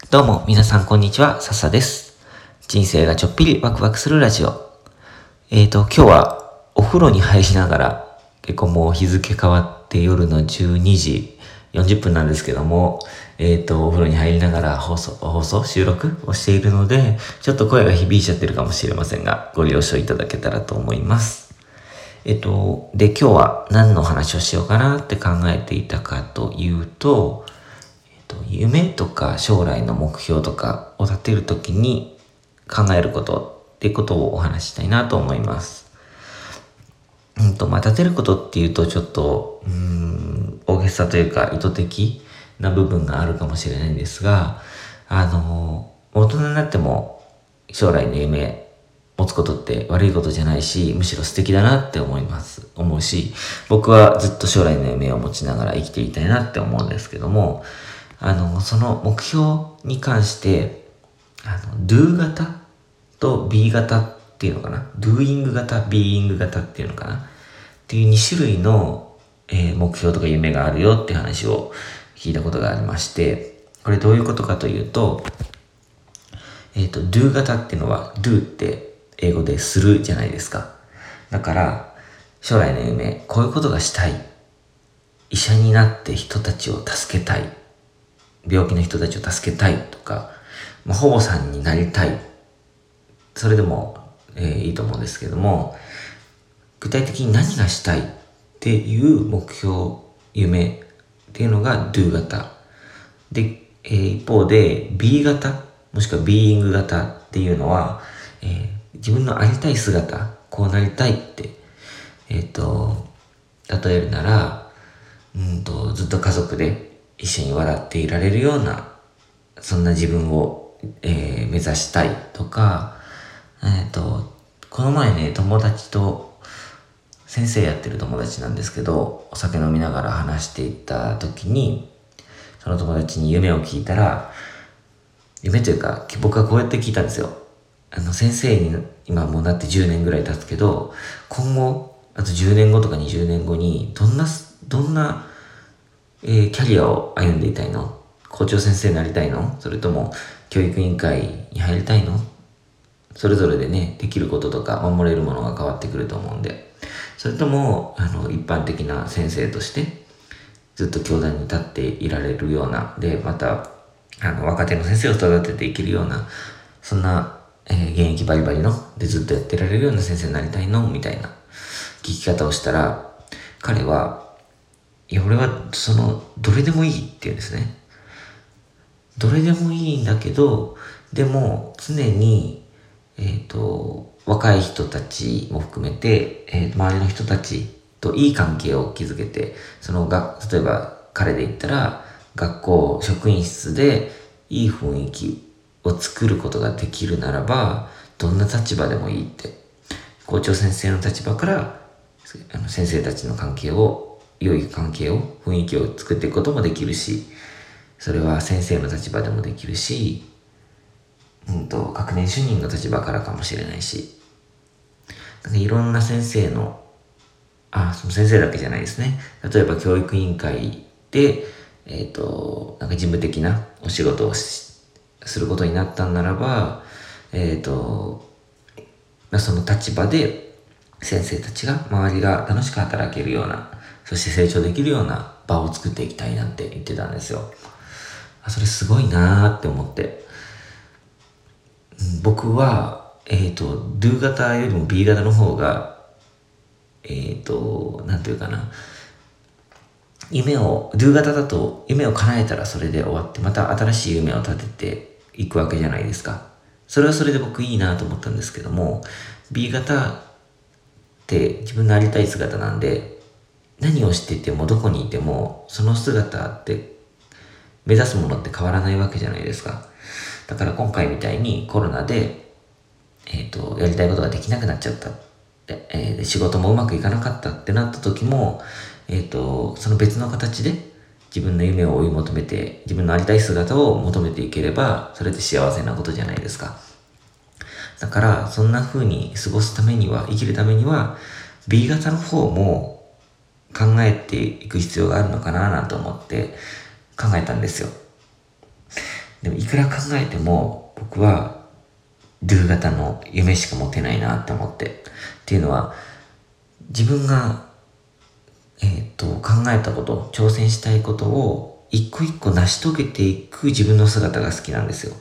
どうも皆さんこんにちは、笹です。人生がちょっぴりワクワクするラジオ。今日はお風呂に入りながら、結構もう日付変わって夜の12時40分なんですけども、お風呂に入りながら収録をしているので、ちょっと声が響いちゃってるかもしれませんが、ご了承いただけたらと思います。で、今日は何の話をしようかなって考えていたかというと、夢とか将来の目標とかを立てるときに考えることっていうことをお話ししたいなと思います。立てることっていうとちょっと、大げさというか意図的な部分があるかもしれないんですが、大人になっても将来の夢持つことって悪いことじゃないし、むしろ素敵だなって思うし、僕はずっと将来の夢を持ちながら生きていたいなって思うんですけども、その目標に関して、do 型と be 型っていうのかな doing 型、being 型っていうのかなっていう2種類の、目標とか夢があるよっていう話を聞いたことがありまして、これどういうことかというと、do 型っていうのは do って英語でするじゃないですか。だから将来の夢、こういうことがしたい、医者になって人たちを助けたい、病気の人たちを助けたいとか、保母さんになりたい、それでも、いいと思うんですけども、具体的に何がしたいっていう目標、夢っていうのが do 型で、一方で be 型もしくは being 型っていうのは、自分のありたい姿、こうなりたいって、例えるなら、ずっと家族で一緒に笑っていられるような、そんな自分を、目指したいとか、この前ね、先生やってる友達なんですけど、お酒飲みながら話していた時に、その友達に夢を聞いたら、夢というか、僕はこうやって聞いたんですよ。先生に今もうなって10年ぐらい経つけど、今後、あと10年後とか20年後に、どんなキャリアを歩んでいたいの？校長先生になりたいの？それとも教育委員会に入りたいの？それぞれでね、できることとか守れるものが変わってくると思うんで。それとも、一般的な先生として、ずっと教壇に立っていられるような、で、また、若手の先生を育てていけるような、そんな、現役バリバリの、でずっとやってられるような先生になりたいのみたいな聞き方をしたら、彼は、いや、俺は、どれでもいいって言うんですね。どれでもいいんだけど、でも、常に、若い人たちも含めて、周りの人たちといい関係を築けて、例えば彼で言ったら、学校、職員室でいい雰囲気を作ることができるならば、どんな立場でもいいって。校長先生の立場から、先生たちの良い関係を、雰囲気を作っていくこともできるし、それは先生の立場でもできるし、学年主任の立場からかもしれないし、いろんな先生の、その先生だけじゃないですね。例えば教育委員会で、事務的なお仕事をすることになったんならば、その立場で先生たちが、周りが楽しく働けるような、そして成長できるような場を作っていきたいなんて言ってたんですよ。それすごいなーって思って。僕は、do 型よりも B 型の方が、なんていうかな。do 型だと夢を叶えたらそれで終わって、また新しい夢を立てていくわけじゃないですか。それはそれで僕いいなと思ったんですけども、B 型って自分のありたい姿なんで、何をしててもどこにいても、その姿って目指すものって変わらないわけじゃないですか。だから今回みたいにコロナで、やりたいことができなくなっちゃった。仕事もうまくいかなかったってなった時も、その別の形で自分の夢を追い求めて、自分のありたい姿を求めていければ、それで幸せなことじゃないですか。だから、そんな風に生きるためには、B 型の方も考えていく必要があるのかななんて思って考えたんですよ。 でもいくら考えても僕はDo 型の夢しか持てないなって思って。っていうのは、自分が、考えたこと、挑戦したいことを一個一個成し遂げていく自分の姿が好きなんですよ。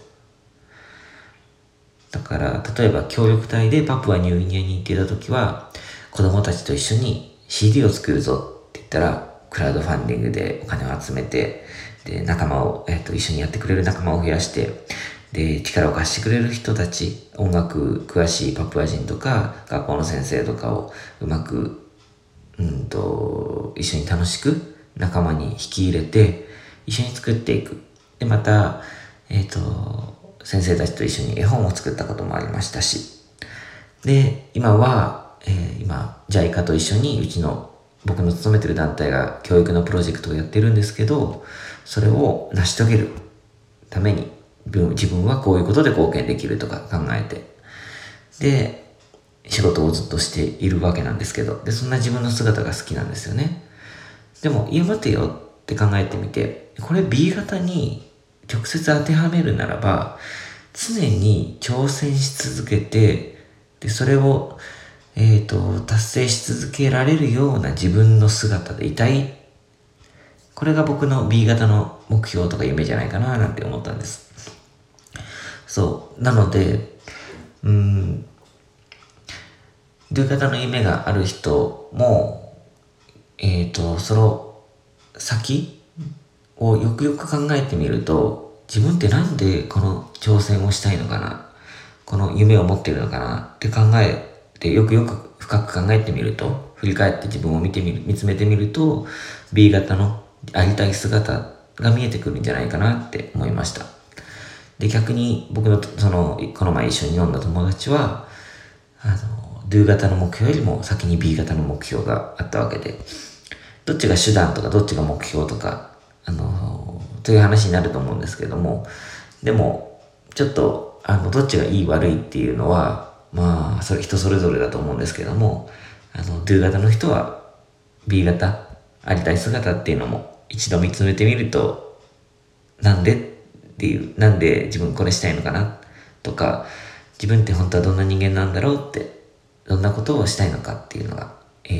だから、例えば協力隊でパプアニューギニアに行っていた時は、子供たちと一緒に CD を作るぞって言ったら、クラウドファンディングでお金を集めて、で、仲間を、一緒にやってくれる仲間を増やして、で、力を貸してくれる人たち、音楽詳しいパプア人とか、学校の先生とかをうまく、一緒に楽しく仲間に引き入れて、一緒に作っていく。で、また、先生たちと一緒に絵本を作ったこともありましたし。で、今は、JICA と一緒に僕の勤めてる団体が教育のプロジェクトをやってるんですけど、それを成し遂げるために自分はこういうことで貢献できるとか考えて、で、仕事をずっとしているわけなんですけど、で、そんな自分の姿が好きなんですよね。でも、待てよって考えてみて、これ B 型に直接当てはめるならば、常に挑戦し続けて、で、それを、達成し続けられるような自分の姿でいたい。これが僕の B 型の目標とか夢じゃないかななんて思ったんです。そう。なので、D 型の夢がある人も、その先をよくよく考えてみると、自分ってなんでこの挑戦をしたいのかな、この夢を持っているのかなって考えて、よくよく深く考えてみると、振り返って自分を見つめてみると、B 型のありたい姿が見えてくるんじゃないかなって思いました。で、逆に僕のこの前一緒に飲んだ友達は、Do 型の目標よりも先に B 型の目標があったわけで、どっちが手段とかどっちが目標とか、という話になると思うんですけども、でも、ちょっと、どっちがいい悪いっていうのは、まあ、それ人それぞれだと思うんですけども、Do 型の人は B 型、ありたい姿っていうのも一度見つめてみると、なんで自分これしたいのかなとか、自分って本当はどんな人間なんだろうって、どんなことをしたいのかっていうのが、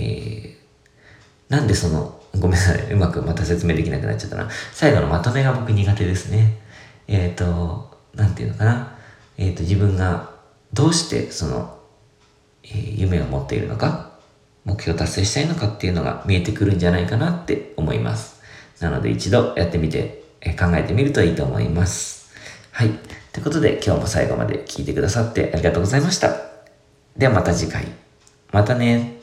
なんでごめんなさい、うまくまた説明できなくなっちゃったな。最後のまとめが僕苦手ですね。なんていうのかな。自分がどうして夢を持っているのか、目標達成したいのかっていうのが見えてくるんじゃないかなって思います。なので一度やってみて、考えてみるといいと思います。はい。ということで今日も最後まで聞いてくださってありがとうございました。ではまた次回。またね。